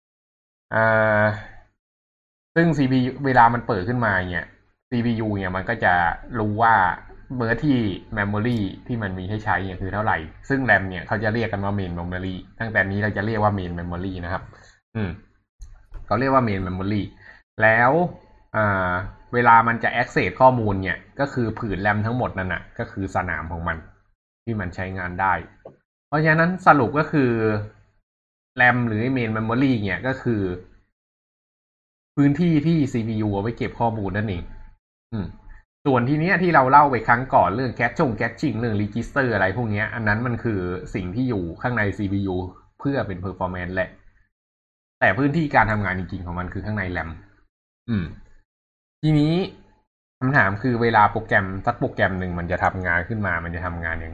ซึ่ง CPU เวลามันเปิดขึ้นมาเนี่ย CPU เนี่ยมันก็จะรู้ว่าเบอร์ที่ memory ที่มันมีให้ใช้เนี่ยคือเท่าไหร่ซึ่ง RAM เนี่ยเขาจะเรียกกันว่า main memory ตั้งแต่นี้เราจะเรียกว่า main memory นะครับเขาเรียกว่า main memory แล้วเวลามันจะ access ข้อมูลเนี่ยก็คือผืนแรมทั้งหมดนั่นน่ะก็คือสนามของมันที่มันใช้งานได้เพราะฉะนั้นสรุปก็คือแรมหรือ main memory เนี่ยก็คือพื้นที่ที่ CPU เอาไว้เก็บข้อมูลนั่นเองส่วนทีเนี้ยที่เราเล่าไปครั้งก่อนเรื่องแคชชิ่งเรื่อง register อะไรพวกนี้อันนั้นมันคือสิ่งที่อยู่ข้างใน CPU เพื่อเป็น performance แหละแต่พื้นที่การทำงานจริงๆของมันคือข้างในแรมทีนี้คำถามคือเวลาโปรแกรมสักโปรแกรมหนึ่งมันจะทำงานขึ้นมามันจะทำงานยังไง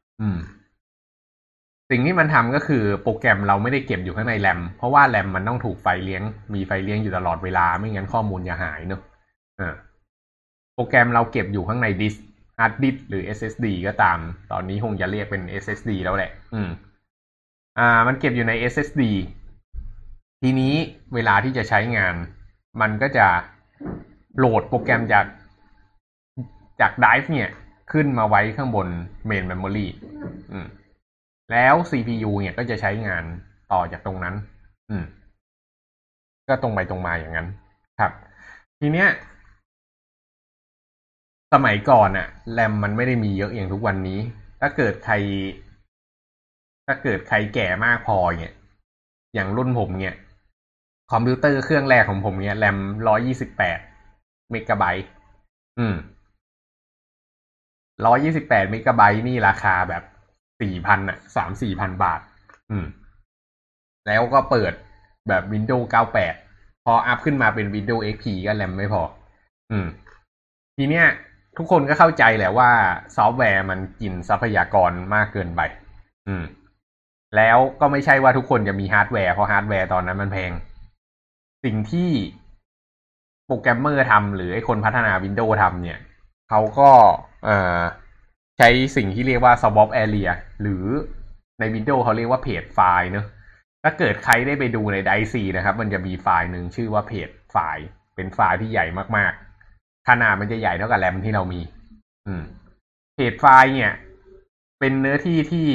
สิ่งที่มันทำก็คือโปรแกรมเราไม่ได้เก็บอยู่ข้างในแรมเพราะว่าแรมมันต้องถูกไฟเลี้ยงมีไฟเลี้ยงอยู่ตลอดเวลาไม่งั้นข้อมูลจะหายเนอะโปรแกรมเราเก็บอยู่ข้างในดิสก์ฮาร์ดดิสก์หรือ SSD ก็ตามตอนนี้คงจะเรียกเป็น SSD แล้วแหละมันเก็บอยู่ใน SSD ทีนี้เวลาที่จะใช้งานมันก็จะโหลดโปรแกรมจากไดรฟ์เนี่ยขึ้นมาไว้ข้างบน main memory แล้ว CPU เนี่ยก็จะใช้งานต่อจากตรงนั้นก็ตรงไปตรงมาอย่างนั้นครับทีเนี้ยสมัยก่อนอะแรมมันไม่ได้มีเยอะอย่างทุกวันนี้ถ้าเกิดใครแก่มากพอเนี่ยอย่างรุ่นผมเนี่ยคอมพิวเตอร์เครื่องแรกของผมเนี่ยแรม128เมกะไบต์128เมกะไบต์นี่ราคาแบบ 4,000 อ่ะ 3-4,000 บาทแล้วก็เปิดแบบ Windows 98พออัพขึ้นมาเป็น Windows XP ก็แรมไม่พอทีเนี้ยทุกคนก็เข้าใจแหละว่าซอฟต์แวร์มันกินทรัพยากรมากเกินไปแล้วก็ไม่ใช่ว่าทุกคนจะมีฮาร์ดแวร์เพราะฮาร์ดแวร์ตอนนั้นมันแพงสิ่งที่โปรแกรมเมอร์ทำหรือไอ้คนพัฒนา Windows ทำเนี่ยเขาก็ใช้สิ่งที่เรียกว่า swap area หรือใน Windows เขาเรียกว่าเพจไฟล์เนอะถ้าเกิดใครได้ไปดูใน Dice นะครับมันจะมีไฟล์หนึ่งชื่อว่าเพจไฟล์เป็นไฟล์ที่ใหญ่มากๆขนาดมันจะใหญ่เท่ากับแรมที่เรามีเพจไฟล์เนี่ยเป็นเนื้อที่ที่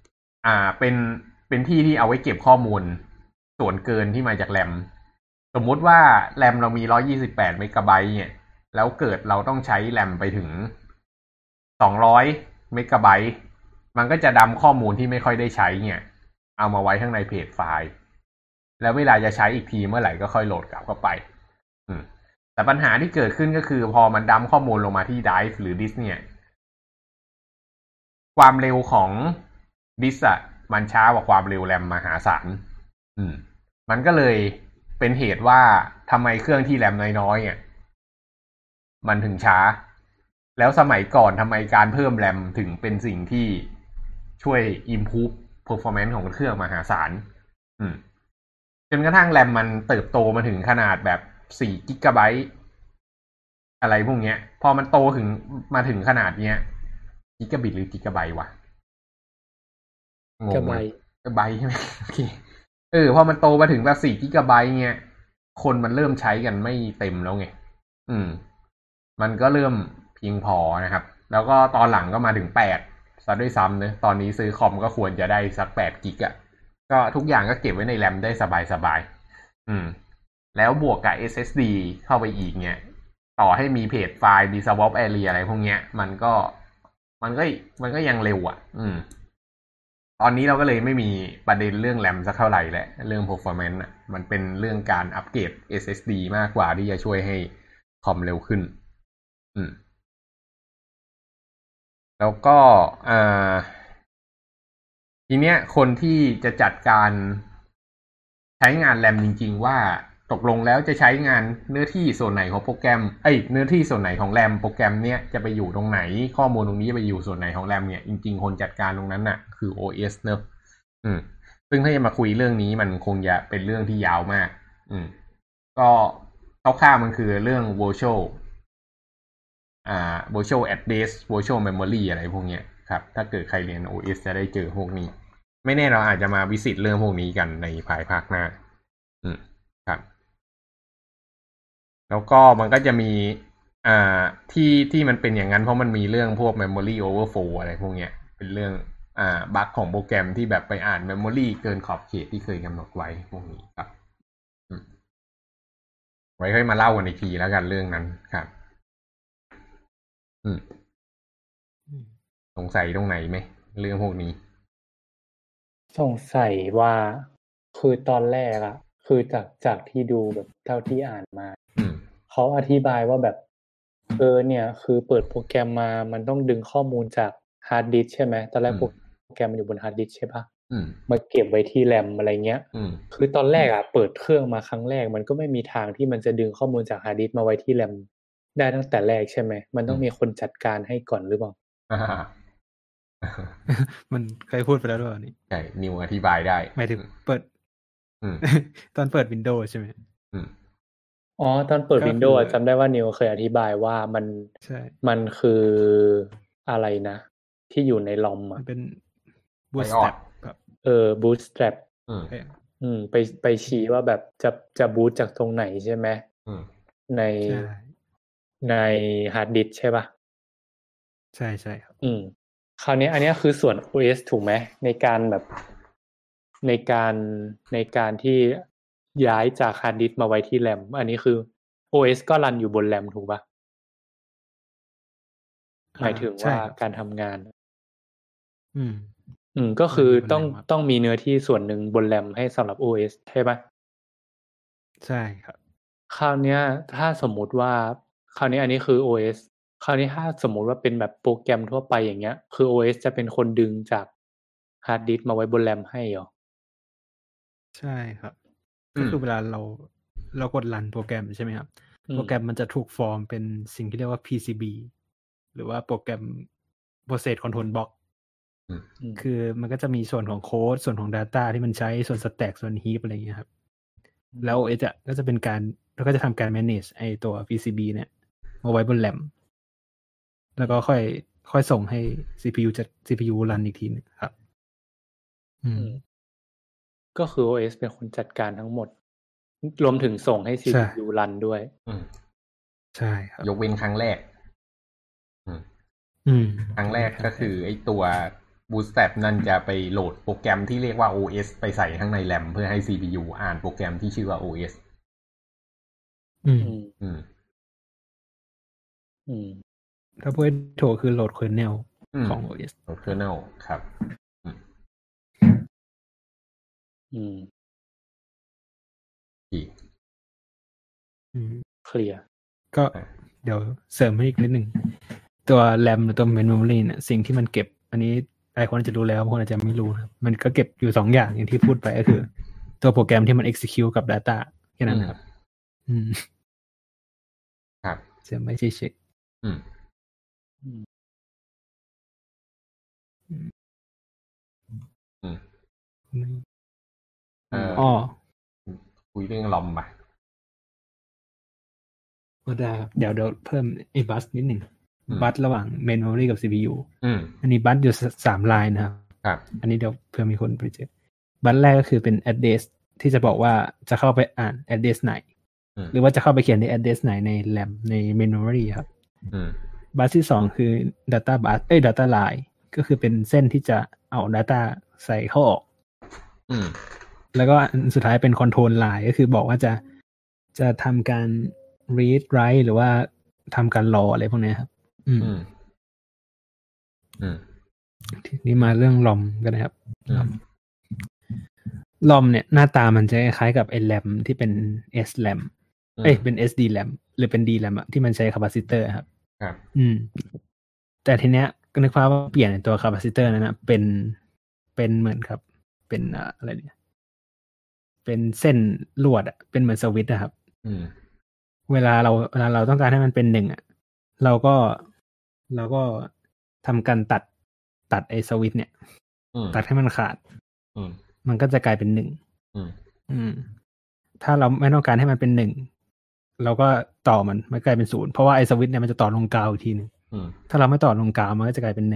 เป็นที่ที่เอาไว้เก็บข้อมูลส่วนเกินที่มาจากแรมสมมุติว่าแรมเรามี128เมกะไบต์เนี่ยแล้วเกิดเราต้องใช้แรมไปถึง200เมกะไบต์มันก็จะดัมข้อมูลที่ไม่ค่อยได้ใช้เนี่ยเอามาไว้ข้างในเพจไฟล์แล้วเวลาจะใช้อีกทีเมื่อไหร่ก็ค่อยโหลดกลับเข้าไปแต่ปัญหาที่เกิดขึ้นก็คือพอมันดัมข้อมูลลงมาที่ไดรฟ์หรือดิสเนี่ยความเร็วของดิสอะมันช้ากว่าความเร็วแรมมหาศาลมันก็เลยเป็นเหตุว่าทำไมเครื่องที่แรมน้อยๆเนี่ยมันถึงช้าแล้วสมัยก่อนทำไมการเพิ่มแรมถึงเป็นสิ่งที่ช่วย improve performance ของเครื่องมหาศาลจนกระทั่งแรมมันเติบโตมาถึงขนาดแบบ4กิกะไบต์อะไรพวกเนี้ยพอมันโตถึงมาถึงขนาดเนี้ยกิกะบิตหรือกิกะไบต์วะงงไหมกิกะไบต์ใช่ไหมโอเคพอมันโตมาถึงแบบ4กิกะไบต์เงี้ยคนมันเริ่มใช้กันไม่เต็มแล้วไงมันก็เริ่มเพียงพอนะครับแล้วก็ตอนหลังก็มาถึง8ซะด้วยซ้ำนะตอนนี้ซื้อคอมก็ควรจะได้สัก8กิกะก็ทุกอย่างก็เก็บไว้ในแรมได้สบายๆแล้วบวกกับ SSD เข้าไปอีกเนี่ยต่อให้มีเพจไฟล์มี swap area อะไรพวกเนี้ยมันก็ยังเร็วอ่ะตอนนี้เราก็เลยไม่มีประเด็นเรื่องแรมสักเท่าไหร่แหละเรื่อง performance อ่ะมันเป็นเรื่องการอัปเกรด SSD มากกว่าที่จะช่วยให้คอมเร็วขึ้นแล้วก็ทีเนี้ยคนที่จะจัดการใช้งานแรมจริงๆว่าตกลงแล้วจะใช้งานเนื้อที่ส่วนไหนของโปรแกรมเนื้อที่ส่วนไหนของแรมโปรแกรมเนี้ยจะไปอยู่ตรงไหนข้อมูลตรงนี้จะไปอยู่ส่วนไหนของแรมเนี่ยจริงๆคนจัดการตรงนั้นน่ะคือ OS เนอะซึ่งถ้าจะมาคุยเรื่องนี้มันคงจะเป็นเรื่องที่ยาวมากก็คร่าวๆมันคือเรื่อง virtual address virtual memory อะไรพวกเนี้ยครับถ้าเกิดใครเรียน OS จะได้เจอพวกนี้ไม่แน่เราอาจจะมาวิสิตเรื่องพวกนี้กันในภายภาคหน้าครับแล้วก็มันก็จะมีที่มันเป็นอย่างนั้นเพราะมันมีเรื่องพวก memory overflow อะไรพวกเนี้ยเป็นเรื่องบั๊กของโปรแกรมที่แบบไปอ่าน memory เกินขอบเขตที่เคยกำหนดไว้พวกนี้ครับไว้ค่อยมาเล่ากันอีกทีแล้วกันเรื่องนั้นครับสงสัยตรงไหนไหมเรื่องพวกนี้สงสัยว่าคือตอนแรกอะคือจากที่ดูแบบเท่าที่อ่านมาเขาอธิบายว่าแบบเนี่ยคือเปิดโปรแกรมมามันต้องดึงข้อมูลจากฮาร์ดดิสก์ใช่ไหมตอนแรกโปรแกรมมันอยู่บนฮาร์ดดิสก์ใช่ปะมาเก็บไว้ที่แรมอะไรเงี้ยคือตอนแรกอะเปิดเครื่องมาครั้งแรกมันก็ไม่มีทางที่มันจะดึงข้อมูลจากฮาร์ดดิสก์มาไว้ที่แรมได้ตั้งแต่แรกใช่ไหมมันต้องมีคนจัดการให้ก่อนหรือเปล่ามันเคยพูดไปแล้วด้วยนี่ใช่นิวอธิบายได้หมายถึงเปิดตอนเปิด Windows ใช่ไหมอ๋อตอนเปิด Windows จำได้ว่านิวเคยอธิบายว่ามันคืออะไรนะที่อยู่ในลอมอ่ะเป็น bootstrap แบบbootstrap ไปชี้ว่าแบบจะบูตจากตรงไหนใช่ไหมในฮาร์ดดิสก์ใช่ป่ะใช่ใช่ครับคราวนี้อันนี้คือส่วน OS ถูกไหมในการแบบในการที่ย้ายจากฮาร์ดดิสก์มาไว้ที่แรมอันนี้คือ OS ก็รันอยู่บนแรมถูกป่ะหมายถึงว่าการทำงานก็คือต้องมีเนื้อที่ส่วนหนึ่งบนแรมให้สำหรับ OS ใช่ป่ะใช่ครับคราวนี้ถ้าสมมุติว่าคราวนี้อันนี้คือ OS คราวนี้ถ้าสมมุติว่าเป็นแบบโปรแกรมทั่วไปอย่างเงี้ยคือ OS จะเป็นคนดึงจากฮาร์ดดิสก์มาไว้บนแรมให้เหรอใช่ครับก็คือเวลาเรากดรันโปรแกรมใช่ไหมครับโปรแกรมมันจะถูกฟอร์มเป็นสิ่งที่เรียกว่า PCB หรือว่าโปรแกรม Process Control Block คือมันก็จะมีส่วนของโค้ดส่วนของ Data ที่มันใช้ส่วน Stack ส่วน Heap อะไรอย่างเงี้ยครับแล้ว OS ก็จะเป็นการแล้วก็จะทำการ manage ไอตัว PCB เนี่ยมาไว้บนแรมแล้วก็ค่อยส่งให้ CPU รันอีกทีนึงครับก็คือ OS เป็นคนจัดการทั้งหมดรวมถึงส่งให้ CPU รันด้วยใช่ครับยกเว้นครั้งแรกครั้งแรกก็คือไอ้ตัว Bootstrap นั่นจะไปโหลดโปรแกรมที่เรียกว่า OS ไปใส่ข้างในแรมเพื่อให้ CPU อ่านโปรแกรมที่ชื่อว่า OS ถ้าพูดโถคือโหลด kernel ของ OS โหลด kernel ครับเคลียร์ก็เดี๋ยวเสริมให้อีกนิดหนึ่งตัวแรมหรือตัว main memory เนี่ยสิ่งที่มันเก็บอันนี้หลายคนจะรู้แล้วบางคนอาจจะไม่รู้ครับมันก็เก็บอยู่2อย่างอย่างที่พูดไปก็คือตัวโปรแกรมที่มัน execute กับ data แค่นั้นครับครับจะไม่ใช่เช็คคุยเรื่องลอมมาก็ได้ครับเดี๋ยวเพิ่มไอ้บัสนิดหนึ่งบัสระหว่าง main memory กับ CPU อันนี้บัสอยู่3 ลายนะครับอันนี้เดี๋ยวเพื่อมีคนไปเจอบัสแรกก็คือเป็น address ที่จะบอกว่าจะเข้าไปอ่าน address ไหนหรือว่าจะเข้าไปเขียนใน address ไหนใน RAM ใน main memory ครับบัสที่2คือ data bus data line ก็คือเป็นเส้นที่จะเอา data ใส่เข้าออกแล้วก็สุดท้ายเป็น control line ก็คือบอกว่าจะทำการ read write หรือว่าทำการรออะไรพวกนี้ครับทีนี้มาเรื่องลอมกันนะครับลอมเนี่ยหน้าตามันจะคล้ายกับไอ้ RAM ที่เป็น SRAM เป็น SD-RAM หรือเป็น DRAM อ่ะที่มันใช้คาปาซิเตอร์ครับแต่ทีเนี้ยก็นึกภาพว่าเปลี่ยนตัวคาปาซิเตอร์นั้นนะเป็นเหมือนครับเป็นอะไรเนี่ยเป็นเส้นลวดอ่ะเป็นเหมือนสวิตช์นะครับเวลาเราต้องการให้มันเป็น1อ่ะเราก็ทำการตัดไอ้สวิตช์เนี่ยตัดให้มันขาดมันก็จะกลายเป็น1ถ้าเราไม่ต้องการให้มันเป็น1เราก็ต่อมันกลายเป็น0เพราะว่าไอ้สวิตช์เนี่ยมันจะต่อลงกาวอีกทีนึงถ้าเราไม่ต่อลงกาวมันก็จะกลายเป็น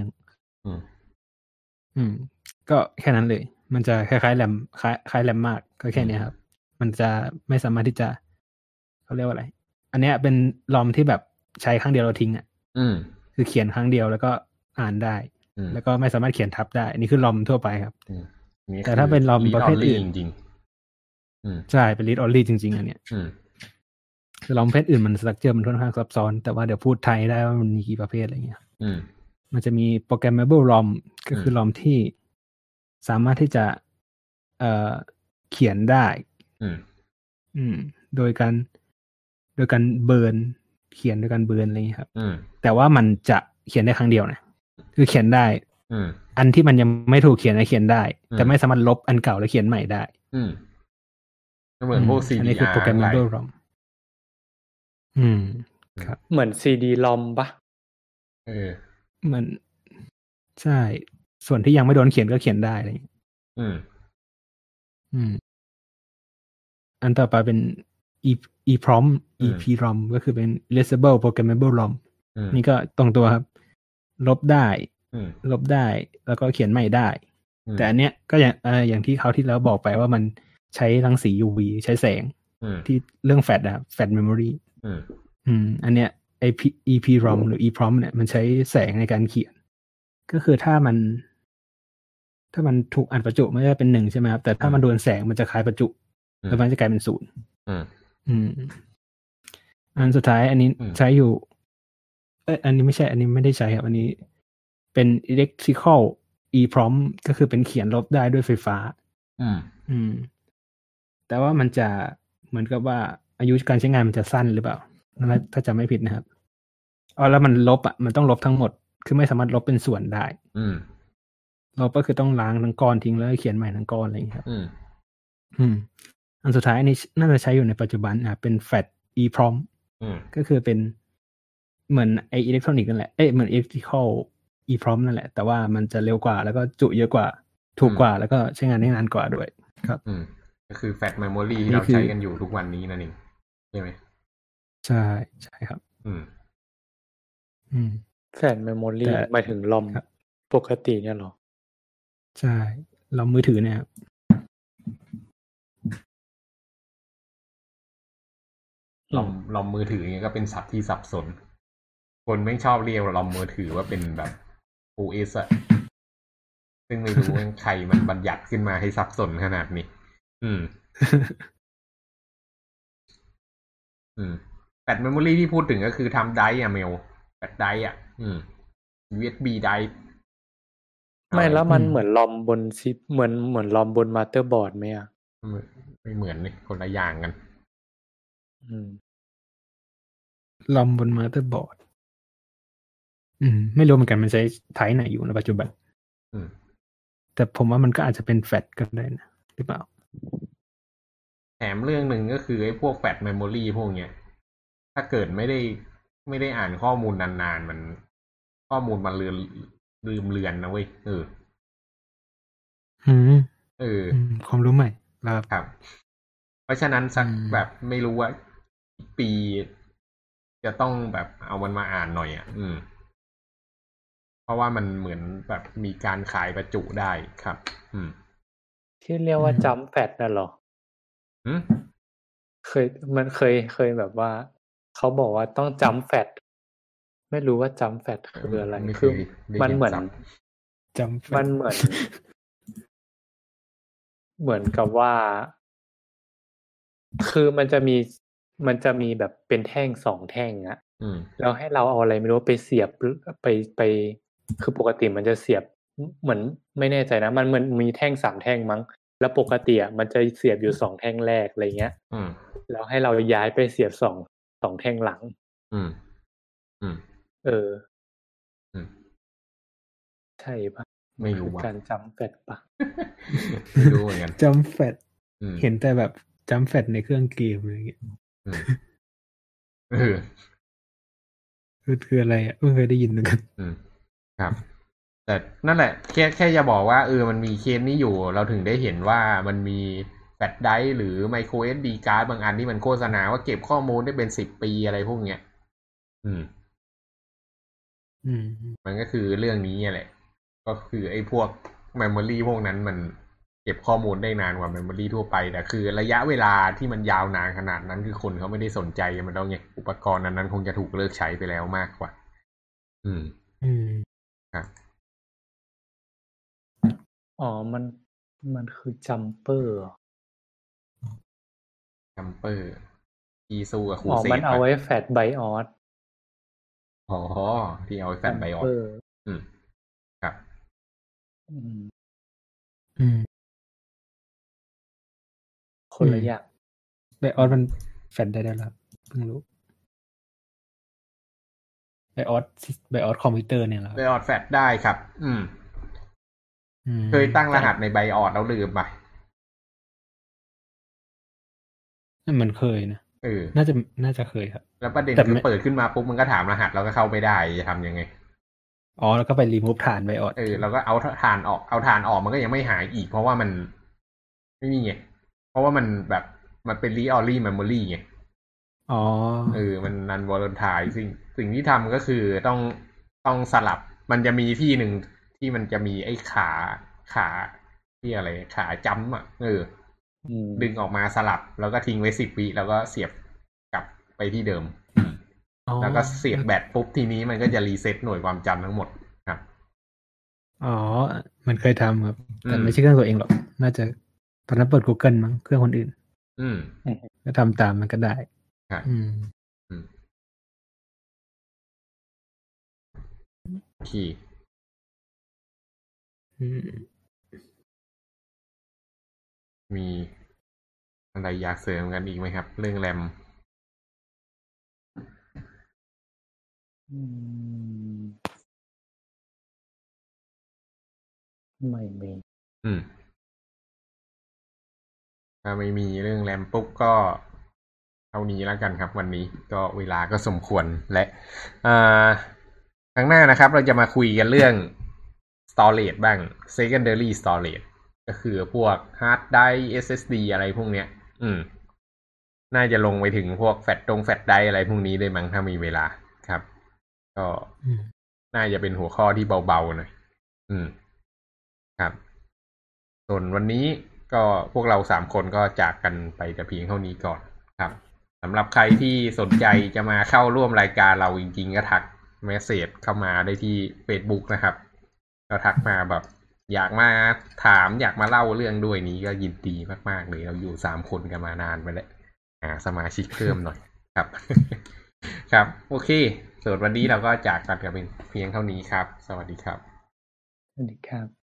1ก็แค่นั้นเลยมันจะคล้ายๆแรมคล้ายแรมมากก็แค่นี้ครับมันจะไม่สามารถที่จะเขาเรียกว่าอะไรอันเนี้ยเป็นลอมที่แบบใช้ครั้งเดียวเราทิ้งอ่ะคือเขียนครั้งเดียวแล้วก็อ่านได้แล้วก็ไม่สามารถเขียนทับได้อันนี้คือลอมทั่วไปครับแต่ถ้าเป็นลอมประเภทอื่นจริงใช่เป็น read only จริงๆอันเนี้ยลอมประเภทอื่นมันสตรัคเจอร์มันค่อนข้างซับซ้อนแต่ว่าเดี๋ยวพูดไทยได้ว่ามันมีกี่ประเภทอะไรเงี้ยมันจะมี programmable ROM ก็คือ ROM ที่สามารถที่จะเขียนได้โดยการเบิร์นเขียนโดยการเบิร์นอะไรอย่างนี้ครับแต่ว่ามันจะเขียนได้ครั้งเดียวนะคือเขียนได้อันที่มันยังไม่ถูกเขียนเขียนได้แต่ไม่สามารถลบอันเก่าแล้วเขียนใหม่ได้เหมือนพวก CDR อันนี้คือ programmable ROM ครับเหมือน CD-ROM ปะเหมือนใช่ส่วนที่ยังไม่โดนเขียนก็เขียนได้อะไรอย่างนี้อันต่อไปเป็น EEPROM EPROM ก็คือเป็น Erasable Programmable ROM นี่ก็ตรงตัวครับลบได้แล้วก็เขียนใหม่ได้แต่อันเนี้ยก็อย่างที่เขาที่แล้วบอกไปว่ามันใช้รังสี UV ใช้แสงที่เรื่องแฟลชนะครับแฟลชเมมโมรีอันเนี้ยไอ EPROM หรือ EPROM เนี่ยมันใช้แสงในการเขียนก็คือถ้ามันถูกอัดประจุมันจะเป็น1ใช่ไหมครับแต่ถ้ามันโดนแสงมันจะคล้ายประจุแล้วมันจะกลายเป็น0อันสุดท้ายอันนี้ใช้อยู่อันนี้ไม่ใช่อันนี้ไม่ได้ใช้ครับอันนี้เป็น electrical EPROM ก็คือเป็นเขียนลบได้ด้วยไฟฟ้าแต่ว่ามันจะเหมือนกับว่าอายุการใช้งานมันจะสั้นหรือเปล่าถ้าจำไม่ผิดนะครับแล้วมันลบมันต้องลบทั้งหมดคือไม่สามารถลบเป็นส่วนได้ลบก็คือต้องล้างทั้งก้อนทิ้งแล้วเขียนใหม่ทั้งก้อนอะไรอย่างนี้ครับอันสุดท้ายอันนี้น่าจะใช้อยู่ในปัจจุบันเป็น Fat EPROM ก็คือเป็นเหมือนไออิเล็กทรอนิกส์นั่นแหละเหมือน electrical EPROM นั่นแหละแต่ว่ามันจะเร็วกว่าแล้วก็จุเยอะกว่าถูกกว่าแล้วก็ใช้งานได้นานกว่าด้วยครับก็คือ Fat Memory ที่เราใช้กันอยู่ทุกวันนี้นั่นเองใช่ไหมใช่ครับ Fat Memory หมายถึงลอมปกติเนี่ยหรอใช่ลอมมือถือเนี่ยลอมมือถืออย่างเงี้ยก็เป็นศัพท์ที่สับสนคนไม่ชอบเรียกลอมมือถือว่าเป็นแบบ OS อะซึ่งไม่รู้ว่าใครมันบัญญัติขึ้นมาให้สับสนขนาดนี้แฟลชเมมโมรี่ที่พูดถึงก็คือทำไดร์เมลแฟลชไดร์USB ไดร์ไม่แล้วมันเหมือนลอมบนชิปเหมือนลอมบนมาสเตอร์บอร์ดไหมไม่เหมือนนี่คนละอย่างกันลอมบนมาสเตอร์บอร์ดไม่รู้เหมือนกันมันใช้ไทป์ไหนอยู่ในปัจจุบันแต่ผมว่ามันก็อาจจะเป็นแฟลชก็ได้นะหรือเปล่าแถมเรื่องหนึ่งก็คือไอ้พวกแฟลชเมมโมรี่พวกเนี้ยถ้าเกิดไม่ได้อ่านข้อมูลนานๆมันข้อมูลมันลืมเลือนนะเว้ยความรู้ใหม่ครับ เพราะฉะนั้นสักแบบไม่รู้ว่าปีจะต้องแบบเอามันมาอ่านหน่อยเพราะว่ามันเหมือนแบบมีการขายประจุได้ครับที่เรียกว่าจัมป์แฟตน่ะหรอเคยแบบว่าเขาบอกว่าต้องจัมป์แฟตไม่รู้ว่าจัมป์แฟตคืออะไรคือมันเหมือนมันเหมือนกับว่าคือมันจะมีแบบเป็นแท่ง2แท่งแล้วให้เราเอาอะไรไม่รู้ไปเสียบไปคือปกติมันจะเสียบเหมือนไม่แน่ใจนะมันเหมือนมีแท่ง3แท่งมั้งแล้วปกติมันจะเสียบอยู่2แท่งแรกอะไรเงี้ยแล้วให้เราย้ายไปเสียบ2แท่งหลังใช่ปะไม่รู้ว่าการจัมป์แฟตปะไม่รู้เหมือนกันจัมป์แฟตเห็นแต่แบบจัมป์แฟตในเครื่องเกมอะไรเงี้ยคืออะไรไม่เคยได้ยินเหมือนกันครับแต่นั่นแหละแค่จะบอกว่ามันมีเคสนี้อยู่เราถึงได้เห็นว่ามันมีแฟลชไดรฟ์หรือไมโคร SD การ์ดบางอันที่มันโฆษณาว่าเก็บข้อมูลได้เป็น10 ปีอะไรพวกเนี้ยมันก็คือเรื่องนี้แหละก็คือไอ้พวกเมมโมรี่พวกนั้นมันเก็บข้อมูลได้นานกว่าเมมโมรี่ทั่วไปแต่คือระยะเวลาที่มันยาวนานขนาดนั้นคือคนเขาไม่ได้สนใจมันแล้วไงอุปกรณ์นั้นคงจะถูกเลิกใช้ไปแล้วมากกว่าครับอ๋อมันคือจัมเปอร์ที่สู้กับครูเซฟมันเอาไว้แฟตไบออสอ๋อที่เอาไว้แฟตไบออสครับคนละอย่างไบออสมันแฟตได้แล้วเพิ่งรู้ไบออสคอมพิวเตอร์เนี่ยเหรอไบออสแฟตได้ครับเคยตั้งรหัสในไบออสแล้วลืมไปมันเคยนะน่าจะเคยครับแล้วประเด็นคือเปิดขึ้นมาปุ๊บมันก็ถามรหัสแล้วก็เข้าไม่ได้จะทำยังไงแล้วก็ไปรีมูฟฐานไบออสแล้วก็เอาฐานออกมันก็ยังไม่หายอีกเพราะว่ามันไม่มีไงเพราะว่ามันแบบมันเป็น read only memory ไงมันนันวอลทายสิ่งที่ทำก็คือต้องสลับมันจะมีที่หนึ่งที่มันจะมีไอ้ขาที่อะไรขาจัมป์ดึงออกมาสลับแล้วก็ทิ้งไว้10 วิแล้วก็เสียบกลับไปที่เดิมแล้วก็เสียบแบตปุ๊บทีนี้มันก็จะรีเซ็ตหน่วยความจำทั้งหมดครับมันเคยทำครับแต่ไม่ใช่เครื่องตัวเองหรอกน่าจะตอนนั้นเปิด Google มั้งเครื่องคนอื่นก็ทำตามมันก็ได้ขี่มีอะไรอยากเสริมกันอีกไหมครับเรื่องแรมไม่มีถ้าไม่มีเรื่องแรมปุ๊บก็เท่านี้แล้วกันครับวันนี้ก็เวลาก็สมควรและครั้งหน้านะครับเราจะมาคุยกันเรื่อง storage บ้าง secondary storage ก็คือพวก hard drive SSD อะไรพวกเนี้ยน่าจะลงไปถึงพวกแฟลชไดรฟ์อะไรพวกนี้เลยมั้งถ้ามีเวลาครับก็น่าจะเป็นหัวข้อที่เบาๆหน่อยครับส่วนวันนี้ก็พวกเรา3 คนก็จากกันไปแต่เพียงเท่านี้ก่อนครับสำหรับใครที่สนใจจะมาเข้าร่วมรายการเราจริงๆก็ทักเมสเสจเข้ามาได้ที่ Facebook นะครับก็ทักมาแบบอยากมาถามอยากมาเล่าเรื่องด้วยนี้ก็ยินดีมากๆเลยเราอยู่3 คนกันมานานไปแล้วสมาชิกเพิ่มหน่อยครับครับโอเคส่วนวันนี้เราก็จากกันกันเพียงเท่านี้ครับสวัสดีครับสวัสดีครับ